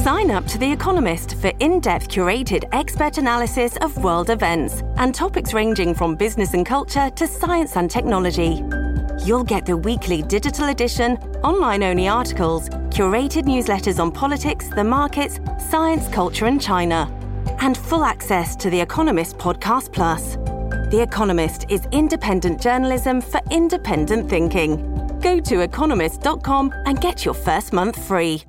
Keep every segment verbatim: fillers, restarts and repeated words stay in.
Sign up to The Economist for in-depth curated expert analysis of world events and topics ranging from business and culture to science and technology. You'll get the weekly digital edition, online-only articles, curated newsletters on politics, the markets, science, culture and China, and full access to The Economist Podcast Plus. The Economist is independent journalism for independent thinking. Go to economist dot com and get your first month free.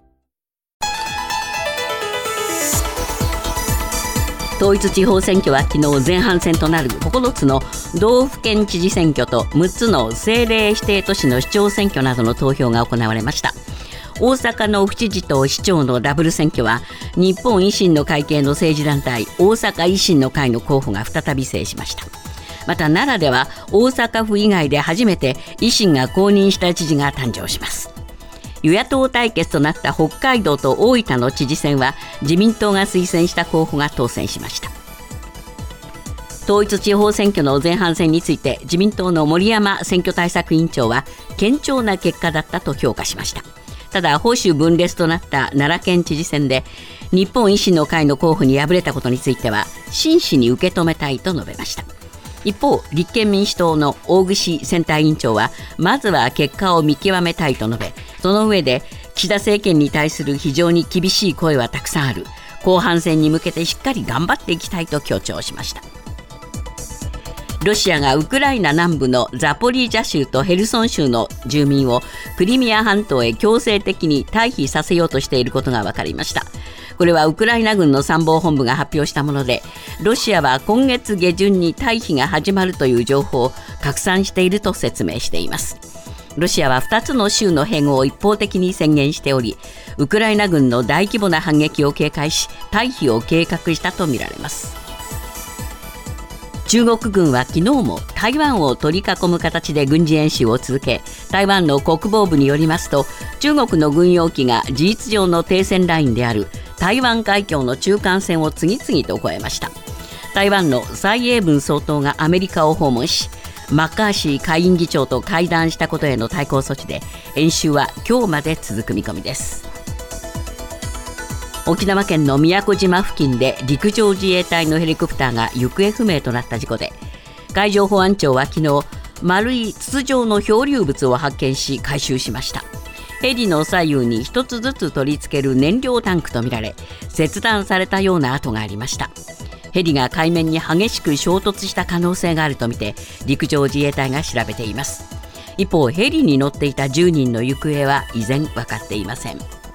統一地方選挙は昨日前半戦となるここのつの道府県知事選挙とむっつの政令指定都市の市長選挙などの投票が行われました。大阪の府知事と市長のダブル選挙は日本維新の会系の政治団体大阪維新の会の候補が再び制しました。また奈良では大阪府以外で初めて維新が公認した知事が誕生します。与野党対決となった北海道と大分の知事選は自民党が推薦した候補が当選しました。統一地方選挙の前半戦について自民党の森山選挙対策委員長は堅調な結果だったと評価しました。ただ保守分裂となった奈良県知事選で日本維新の会の候補に敗れたことについては真摯に受け止めたいと述べました。一方立憲民主党の大串選対委員長はまずは結果を見極めたいと述べ、その上で岸田政権に対する非常に厳しい声はたくさんある、後半戦に向けてしっかり頑張っていきたいと強調しました。ロシアがウクライナ南部のザポリージャ州とヘルソン州の住民をクリミア半島へ強制的に退避させようとしていることが分かりました。これはウクライナ軍の参謀本部が発表したもので、ロシアは今月下旬に退避が始まるという情報を拡散していると説明しています。ロシアはふたつの州の併合を一方的に宣言しており、ウクライナ軍の大規模な反撃を警戒し退避を計画したとみられます。中国軍は昨日も台湾を取り囲む形で軍事演習を続け、台湾の国防部によりますと中国の軍用機が事実上の停戦ラインである台湾海峡の中間線を次々と越えました。台湾の蔡英文総統がアメリカを訪問し、マッカーシー下院議長と会談したことへの対抗措置で演習は今日まで続く見込みです。沖縄県の宮古島付近で陸上自衛隊のヘリコプターが行方不明となった事故で、海上保安庁は昨日丸い筒状の漂流物を発見し回収しました。ヘリの左右に一つずつ取り付ける燃料タンクとみられ、切断されたような跡がありました。ヘリが海面に激しく衝突した可能性があるとみて陸上自衛隊が調べています。一方ヘリに乗っていたじゅうにんの行方は依然分かっていません。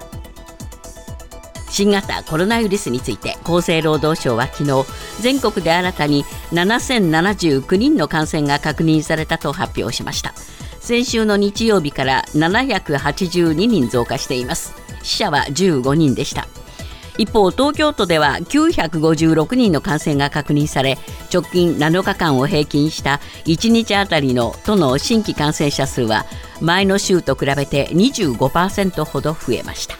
新型コロナウイルスについて厚生労働省は昨日全国で新たにななせんななじゅうきゅうにんの感染が確認されたと発表しました。先週の日曜日からななひゃくはちじゅうににん増加しています。死者はじゅうごにんでした。一方東京都ではきゅうひゃくごじゅうろくにんの感染が確認され、直近なのかかんを平均したいちにちあたりの都の新規感染者数は前の週と比べて にじゅうごパーセント ほど増えました。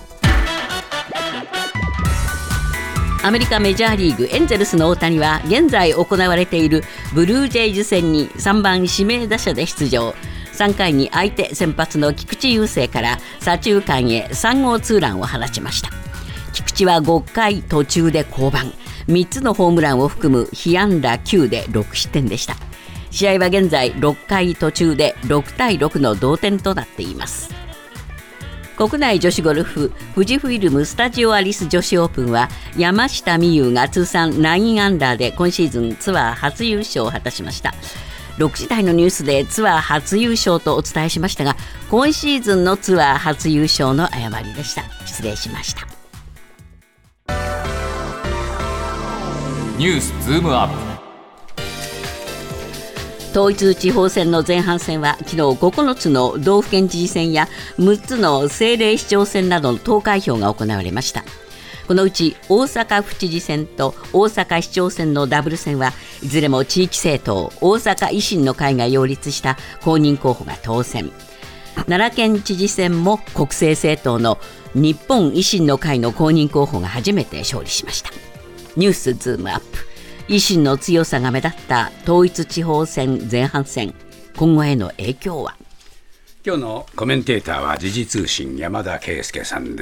アメリカメジャーリーグエンゼルスの大谷は現在行われているブルージェイズ戦にさんばん指名打者で出場。さんかいに相手先発の菊池雄星から左中間へさん号ツーランを放ちました。菊池はごかい途中で降板、みっつのホームランを含む被安打きゅうでろくしってんでした。試合は現在ろっかい途中でろくたいろくの同点となっています。国内女子ゴルフ富士フイルムスタジオアリス女子オープンは山下美夢有が通算きゅうアンダーで今シーズンツアー初優勝を果たしました。ろくじ台のニュースでツアー初優勝とお伝えしましたが、今シーズンのツアー初優勝の誤りでした。失礼しました。 ニュースズームアップ。 統一地方選の前半戦は昨日ここのつの道府県知事選やむっつの政令市長選などの投開票が行われました。このうち大阪府知事選と大阪市長選のダブル選はいずれも地域政党大阪維新の会が擁立した公認候補が当選。奈良県知事選も国政政党の日本維新の会の公認候補が初めて勝利しました。ニュースズームアップ。維新の強さが目立った統一地方選前半戦、今後への影響は。 今日のコメンテーターは時事通信山田圭介さんです。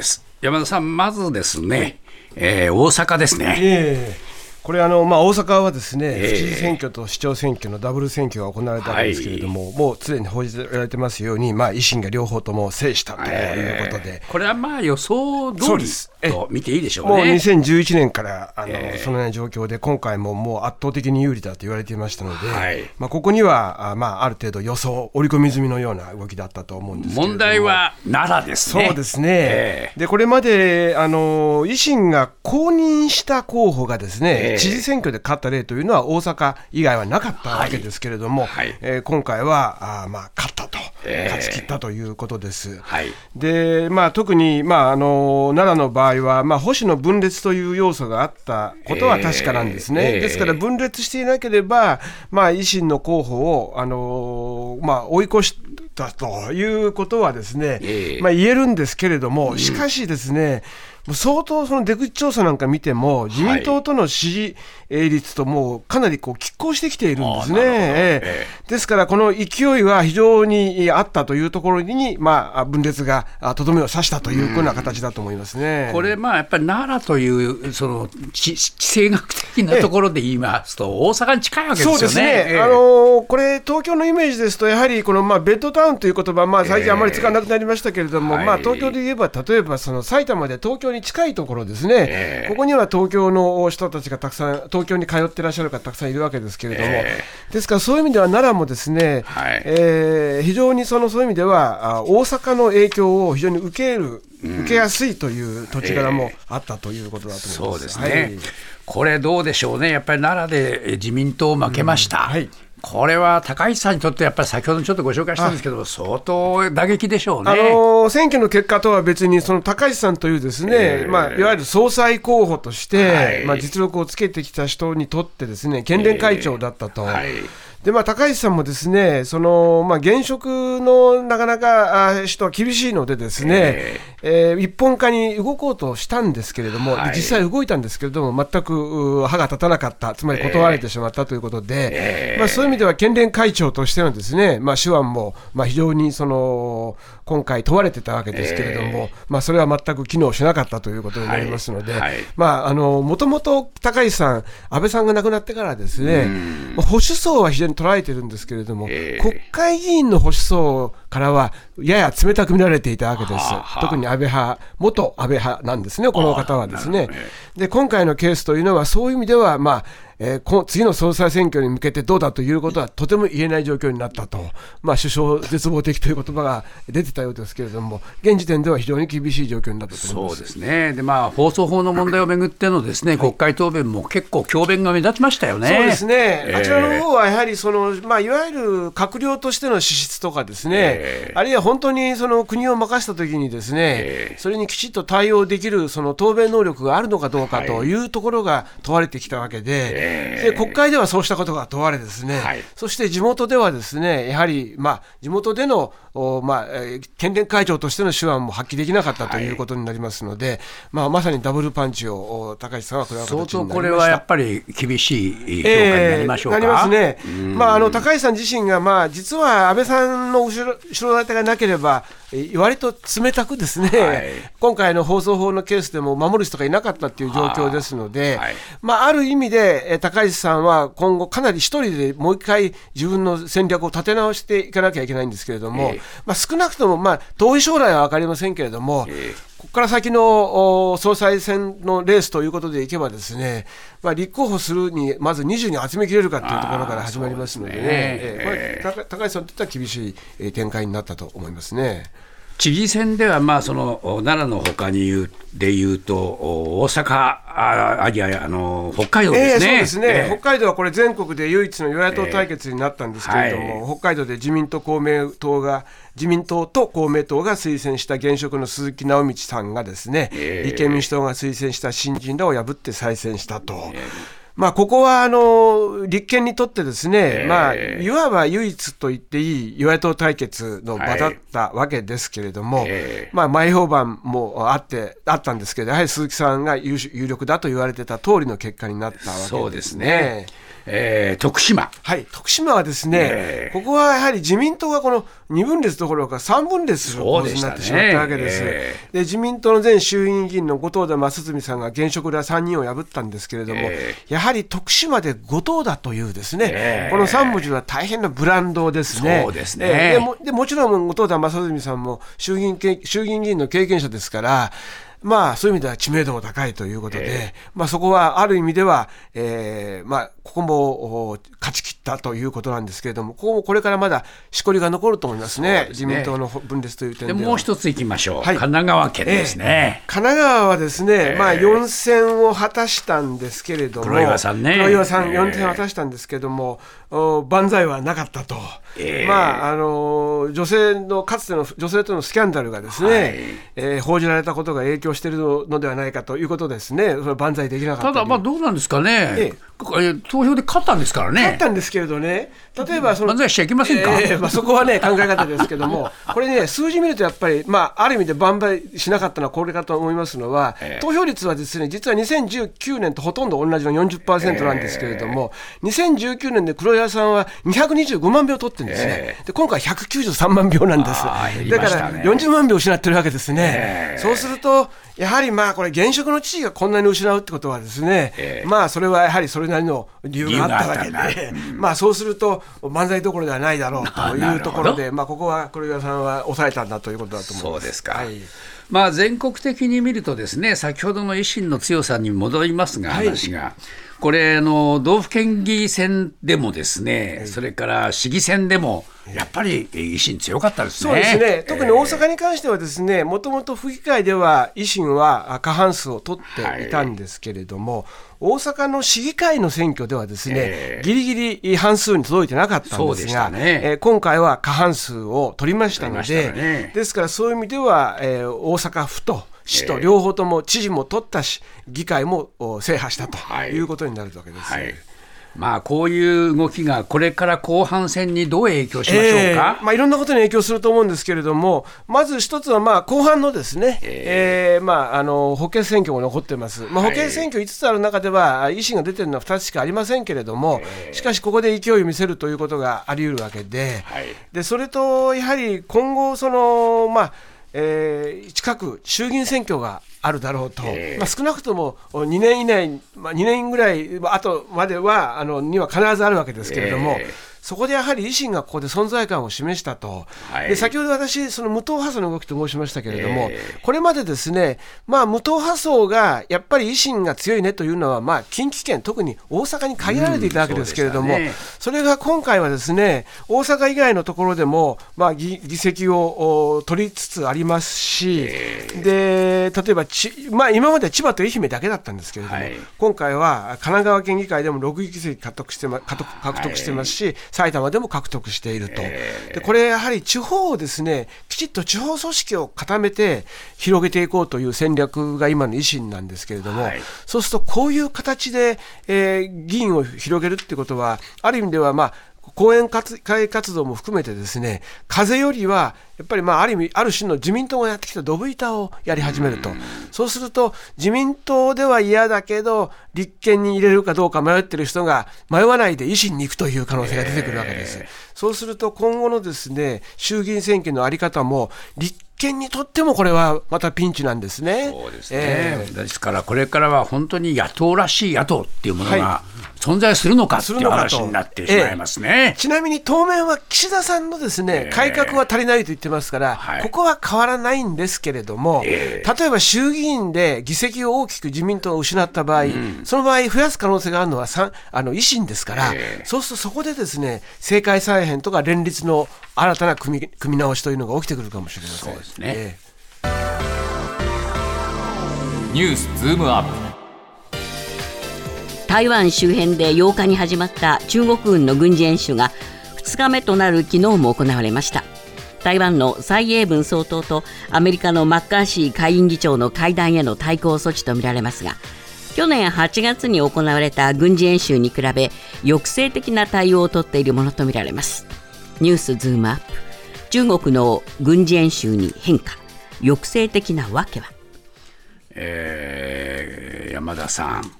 山田さん、まずですね、えー、大阪ですね。 えーこれあの、まあ、大阪はですね、 えー府知事選挙と市長選挙のダブル選挙が行われたわけですけれども、はい、もうすでに報じられてますように、まあ、維新が両方とも制したということで、 えー、これはまあ予想通りと見ていいでしょうね。 もうにせんじゅういちねんからあの、 えー、 そのような状況で、今回ももう圧倒的に有利だと言われていましたので、 はい、 まあ、ここにはあ、まあ、ある程度予想、織り込み済みのような動きだったと思うんですけれども、 問題は奈良ですね。 そうですね、 えー、 でこれまであの維新が公認した候補がですね、 えー、 知事選挙で勝った例というのは大阪以外はなかったわけですけれども、はいはい、えー、今回はあ、まあ、勝ったと、えー、勝ち切ったということです、はい、でまあ、特に、まあ、あの奈良の場合は、まあ、保守の分裂という要素があったことは確かなんですね、えー、ですから分裂していなければ、まあ、維新の候補を、あのまあ、追い越したということはですね、えーまあ、言えるんですけれども、しかしですね、うん、相当その出口調査なんか見ても自民党との支持率ともうかなりこう拮抗してきているんですね、えー、ですからこの勢いは非常にあったというところに、まあ、分裂がとどめを刺したというような形だと思いますね。 これまあやっぱり奈良というその地政学的なところで言いますと、えー、大阪に近いわけですよね。 そうですね、えー、あのー、これ東京のイメージですとやはりこの、まあ、ベッドタウンという言葉、まあ、最近あまり使わなくなりましたけれども、えーまあ、東京で言えば例えばその埼玉で東京に近いところですね、えー、ここには東京の人たちがたくさん東京に通ってらっしゃる方たくさんいるわけですけれども、えー、ですからそういう意味では奈良もですね、はい、えー、非常にそのそういう意味では大阪の影響を非常に受ける、うん、受けやすいという土地柄もあったということだと思います。 そうですね、はい、これどうでしょうね。やっぱり奈良で自民党負けました、うん、はい、これは高市さんにとってやっぱり先ほどちょっとご紹介したんですけど相当打撃でしょうね。 あのー、選挙の結果とは別にその高市さんというですね、えーまあ、いわゆる総裁候補として、はい、まあ、実力をつけてきた人にとってですね県連会長だったと、えーはい、でまあ、高市さんもですねその、まあ、現職のなかなか人は厳しいのでですね、えーえー、一本化に動こうとしたんですけれども、はい、実際動いたんですけれども全く歯が立たなかった、つまり断られてしまったということで、えーまあ、そういう意味では県連会長としてのですね、まあ、手腕もまあ非常にその今回問われてたわけですけれども、えーまあ、それは全く機能しなかったということになりますので、はいはい、まあ、あのもともと高市さん安倍さんが亡くなってからですね、まあ、保守層は非常に捉えてるんですけれども、えー、国会議員の保守層からはやや冷たく見られていたわけです。特に安倍派、元安倍派なんですね、この方はですね。で今回のケースというのはそういう意味では、まあえー、この次の総裁選挙に向けてどうだということはとても言えない状況になったと、まあ、首相絶望的という言葉が出てたようですけれども、現時点では非常に厳しい状況になったと思います。 そうですね。で、まあ、放送法の問題をめぐってのですね、はい、国会答弁も結構強弁が目立ちましたよね。 そうですね、えー、あちらの方はやはりその、まあ、いわゆる閣僚としての資質とかですね、えー、あるいは本当にその国を任せたときにですね、えー、それにきちっと対応できるその答弁能力があるのかどうかというところが問われてきたわけで、えー、で国会ではそうしたことが問われですね、はい、そして地元ではですねやはり、まあ、地元での、まあ、県連会長としての手腕も発揮できなかったということになりますので、はい、まあ、まさにダブルパンチを高市さんはこれは形になりました。 相当これはやっぱり厳しい評価になりましょうか。えー、なりますね。 まあ、あの高市さん自身が、まあ、実は安倍さんの後ろ、後ろ盾がなければ割と冷たくですね、はい、今回の放送法のケースでも守る人がいなかったという状況ですので、はい、まあ、ある意味で高市さんは今後かなり一人でもう一回自分の戦略を立て直していかなきゃいけないんですけれども、えーまあ、少なくとも、まあ、遠い将来は分かりませんけれども、えー、ここから先の総裁選のレースということでいけばですね、まあ、立候補するにまずにじゅうにん集めきれるかというところから始まりますのでね、えー、これ高市さんにとっては厳しい展開になったと思いますね。 知事選では、まあ、その奈良のほかに言うでいうと大阪、あいやあの北海道ですね。 えー、そうですね、えー、北海道はこれ全国で唯一の与野党対決になったんですけれども、えーはい、北海道で自民党公明党が自民党と公明党が推薦した現職の鈴木直道さんがですね、えー、立憲民主党が推薦した新人らを破って再選したと。えーまあ、ここはあの立憲にとってですね、えーまあ、いわば唯一と言っていい与野党対決の場だったわけですけれども、はいえーまあ、前評判もあってあったんですけど、やはり鈴木さんが有有力だと言われてた通りの結果になったわけですね。そうですね。 えー、徳島、 はい、徳島はですね、えー、ここはやはり自民党がこのに分裂どころかさんぶん裂する構図になってしまったわけです。えー、で自民党の前衆院議員の後藤田正純さんが現職らさんにんを破ったんですけれども、えー、やはり徳島で後藤田というですね、えー、このさん文字は大変なブランドですね。 そうですね、 えー、で も, でもちろん後藤田正純さんも衆議院衆議院議員の経験者ですから、まあそういう意味では知名度も高いということで、えーまあ、そこはある意味では、えーまあ、ここも勝ち切ったということなんですけれども、ここもこれからまだしこりが残ると思いますね、自民党の分裂という点では。 でもう一ついきましょう、はい、神奈川県ですね、 えー、神奈川はですね、えーまあ、よん選を果たしたんですけれども、 黒岩さんね、 黒岩さんよん選を果たしたんですけれども、えー、万歳はなかったと、えーまああの女性のかつての女性とのスキャンダルがですね、はいえー、報じられたことが影響しているのではないかということですね。それは万歳できなかった。 ただまあどうなんですかね、ええ、投票で勝ったんですからね。 勝ったんですけれどね、例えばその万歳しちゃいけませんか、 えーまあ、そこはね考え方ですけどもこれね数字見るとやっぱり、まあ、ある意味で万歳しなかったのはこれかと思いますのは、えー、投票率はですね実はにせんじゅうきゅうねんとほとんど同じの よんじゅっパーセント なんですけれども、えー、にせんじゅうきゅうねんで黒岩さんはにひゃくにじゅうごまん票取ってるんですね、えー、で今回ひゃくきゅうじゅうさんまん票なんです。 ね、 だからよんじゅうまん票失ってるわけですね、えー、そうするとやはりまあこれ現職の知事がこんなに失うってことはですね、えー、まあそれはやはりそれなりの理由があったわけで、うん、まあそうすると万歳どころではないだろうというところで、まあここは黒岩さんは抑えたんだということだと思います。 そうですか、 はい、 まあ、全国的に見るとですね、先ほどの維新の強さに戻りますが、話が、はい、これあの道府県議選でもですね、はい、それから市議選でもやっぱり維新強かったですね。 そうですね、特に大阪に関してはですね、もともと府議会では維新は過半数を取っていたんですけれども、はい、大阪の市議会の選挙ではですね、えー、ギリギリ半数に届いてなかったんですが、ねえー、今回は過半数を取りましたので、ね、ですからそういう意味では、えー、大阪府と市と両方とも知事も取ったし、議会も制覇したということになるわけです、はいはい。 まあ、こういう動きがこれから後半戦にどう影響しましょうか。えーまあ、いろんなことに影響すると思うんですけれども、まず一つはまあ後半のですね、えーえーまあ、あの補欠選挙も残ってます、まあ、補欠選挙いつつある中では維新が出てるのはふたつしかありませんけれども、しかしここで勢いを見せるということがあり得るわけで、はい、でそれとやはり今後その、まあえー、近く衆議院選挙があるだろうと、えーまあ、少なくともにねん以内、まあ、にねんぐらい後まではあのには必ずあるわけですけれども、えー、そこでやはり維新がここで存在感を示したと、はい、で先ほど私その無党派層の動きと申しましたけれども、えー、これまでですね、まあ、無党派層がやっぱり維新が強いねというのは、まあ、近畿圏特に大阪に限られていたわけですけれども、うん そ, ね、それが今回はですね大阪以外のところでも、まあ、議, 議席を取りつつありますし、えー、で例えばち、まあ、今までは千葉と愛媛だけだったんですけれども、はい、今回は神奈川県議会でもろく議席獲得してま獲得獲得してますし、はい、埼玉でも獲得していると、えー、でこれやはり地方をですねきちっと地方組織を固めて広げていこうという戦略が今の維新なんですけれども、はい、そうするとこういう形で、えー、議員を広げるってことはある意味ではまあ講演会活動も含めてですね、風よりはやっぱりまあある意味ある種の自民党がやってきたドブ板をやり始めると、そうすると自民党では嫌だけど立憲に入れるかどうか迷ってる人が迷わないで維新に行くという可能性が出てくるわけです、えー、そうすると今後のですね衆議院選挙の在り方も立憲にとってもこれはまたピンチなんですね。 そうですね、えー、ですからこれからは本当に野党らしい野党っていうものが存在するのかっていう話になってしまいますね、 えー、ちなみに当面は岸田さんのですね、えー、改革は足りないと言ってますから、はい、ここは変わらないんですけれども、えー、例えば衆議院で議席を大きく自民党が失った場合、うん、その場合増やす可能性があるのはあの維新ですから、えー、そうするとそこでですね政界再編とか連立の新たな組み、組み直しというのが起きてくるかもしれません。 そうですね、えー、ニュースズームアップ。 台湾周辺でようかに始まった中国軍の軍事演習がふつかめとなる昨日も行われました。台湾の蔡英文総統とアメリカのマッカーシー下院議長の会談への対抗措置とみられますが、去年はちがつに行われた軍事演習に比べ抑制的な対応をとっているものとみられます。ニュースズームアップ。中国の軍事演習に変化、抑制的なわけは。 えー、山田さん、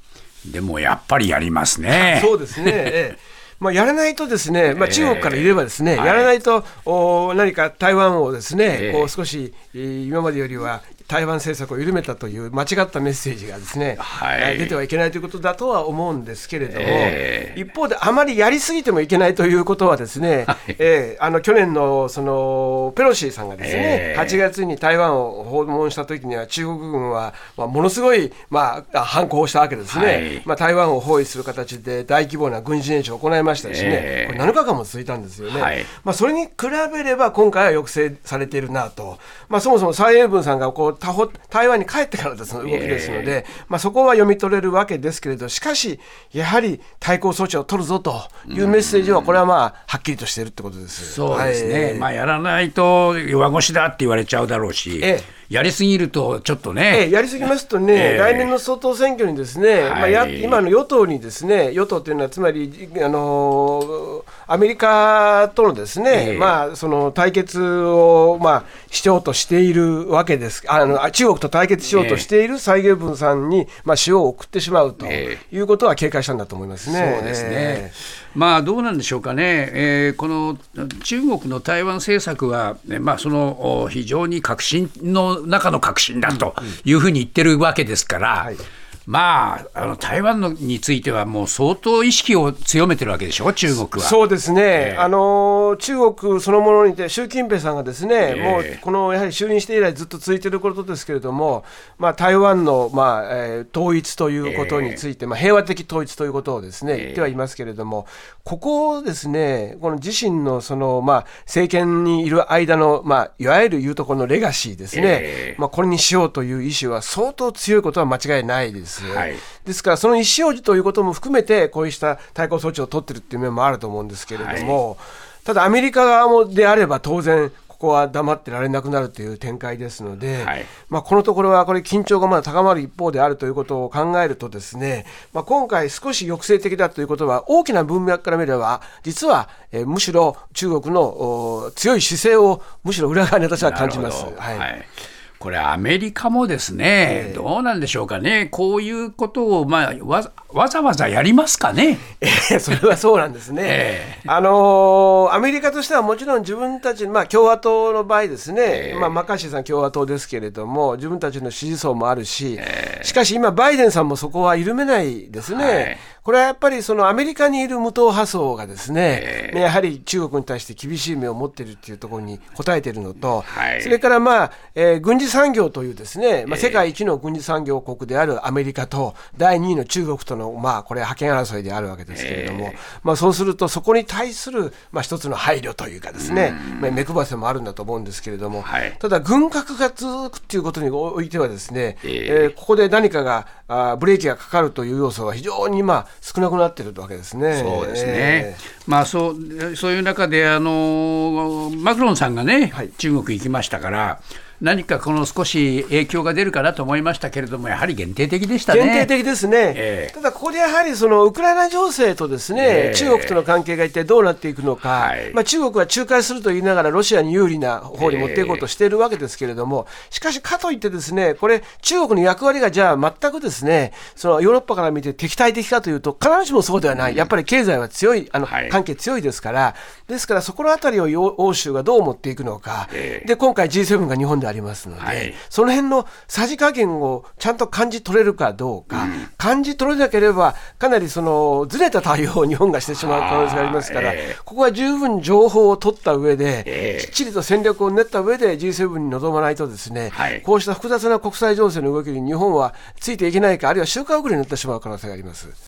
でもやっぱりやりますね。 そうですね、ええまあ、やらないとですね、まあ、中国から言えばですね、えー、やらないと、はい、何か台湾をですね、えー、こう少し今までよりは台湾政策を緩めたという間違ったメッセージがですね、はい、出てはいけないということだとは思うんですけれども、えー、一方であまりやりすぎてもいけないということはですね、はいえー、あの去年 の, そのペロシさんがですね、えー、はちがつに台湾を訪問した時には中国軍は、まあ、ものすごい、まあ、反抗をしたわけですね、はいまあ、台湾を包囲する形で大規模な軍事演習を行いましたしね、えー、これなのかかんも続いたんですよね、はいまあ、それに比べれば今回は抑制されているなと、まあ、そもそも蔡英文さんがこう台湾に帰ってからの動きですので、えーまあ、そこは読み取れるわけですけれど、しかしやはり対抗措置を取るぞというメッセージはこれはまあはっきりとしているってことです。 そうですね、はいまあ、やらないと弱腰だって言われちゃうだろうし、えーやりすぎるとちょっとね、 ええ、やりすぎますとね、えー、来年の総統選挙にですね、はいまあ、や今の与党にですね、与党というのはつまり、あのー、アメリカとのですね、えーまあ、その対決を、まあ、しようとしているわけです。あの中国と対決しようとしている蔡英文さんに、まあ、塩を送ってしまうということは警戒したんだと思いますね。 そうですね、えーまあ、どうなんでしょうかね、えー、この中国の台湾政策は、まあ、その非常に革新の中の革新だというふうに言ってるわけですから、はいまあ、あの台湾のについてはもう相当意識を強めてるわけでしょ、中国は。 そうですね、えーあの中国そのものにて習近平さんがですね、えー、もうこのやはり就任して以来ずっと続いていることですけれども、まあ、台湾の、まあえー、統一ということについて、えーまあ、平和的統一ということをですね、えー、言ってはいますけれども、ここをですね、この自身の、その、まあ、政権にいる間の、まあ、いわゆるいうところのレガシーですね、えーまあ、これにしようという意思は相当強いことは間違いないです。はい、ですからその意思表示ということも含めてこうした対抗措置を取っているという面もあると思うんですけれども、はい、ただアメリカ側もであれば当然ここは黙ってられなくなるという展開ですので、はいまあ、このところはこれ緊張がまだ高まる一方であるということを考えるとですね、まあ、今回少し抑制的だということは大きな文脈から見れば実は、えー、むしろ中国の強い姿勢をむしろ裏側に私は感じます。はいはいこれアメリカもですね、えー、どうなんでしょうかね、こういうことを、まあ、わ, わざわざやりますかね。 えー、それはそうなんですね、えーあのー、アメリカとしてはもちろん自分たち、まあ、共和党の場合ですね、えーまあ、マッカーシーさん共和党ですけれども自分たちの支持層もあるし、えー、しかし今バイデンさんもそこは緩めないですね、はい、これはやっぱりそのアメリカにいる無党派層がですね、えー、やはり中国に対して厳しい目を持っているというところに応えているのと、はい、それから、まあえー、軍事産業というですね、まあ、世界一の軍事産業国であるアメリカとだいにいの中国との、まあ、これ覇権争いであるわけですけれども、えーまあ、そうするとそこに対する、まあ、一つの配慮というかですね、まあ、目配せもあるんだと思うんですけれども、はい、ただ軍拡が続くということにおいてはですね、えーえー、ここで何かがあブレーキがかかるという要素は非常に、まあ、少なくなっているわけですね。 そうですね、えーまあ、そうそういう中であのマクロンさんがね、はい、中国行きましたから何かこの少し影響が出るかなと思いましたけれどもやはり限定的でしたね。 限定的ですね、えー、ただここでやはりそのウクライナ情勢とですね、えー、中国との関係が一体どうなっていくのか、はいまあ、中国は仲介すると言いながらロシアに有利な方に持っていこうとしているわけですけれども、えー、しかしかといってですねこれ中国の役割がじゃあ全くですねそのヨーロッパから見て敵対的かというと必ずしもそうではない、うん、やっぱり経済は強いあの、はい、関係強いですからですからそこのあたりを欧州がどう持っていくのか、えー、で今回 ジーセブン が日本でありますので、はい、その辺のさじ加減をちゃんと感じ取れるかどうか、うん、感じ取れなければかなりそのずれた対応を日本がしてしまう可能性がありますから、えー、ここは十分情報を取った上で、えー、きっちりと戦略を練った上で ジーセブン に臨まないとですね、はい、こうした複雑な国際情勢の動きに日本はついていけないかあるいは周回遅れになってしまう可能性があります。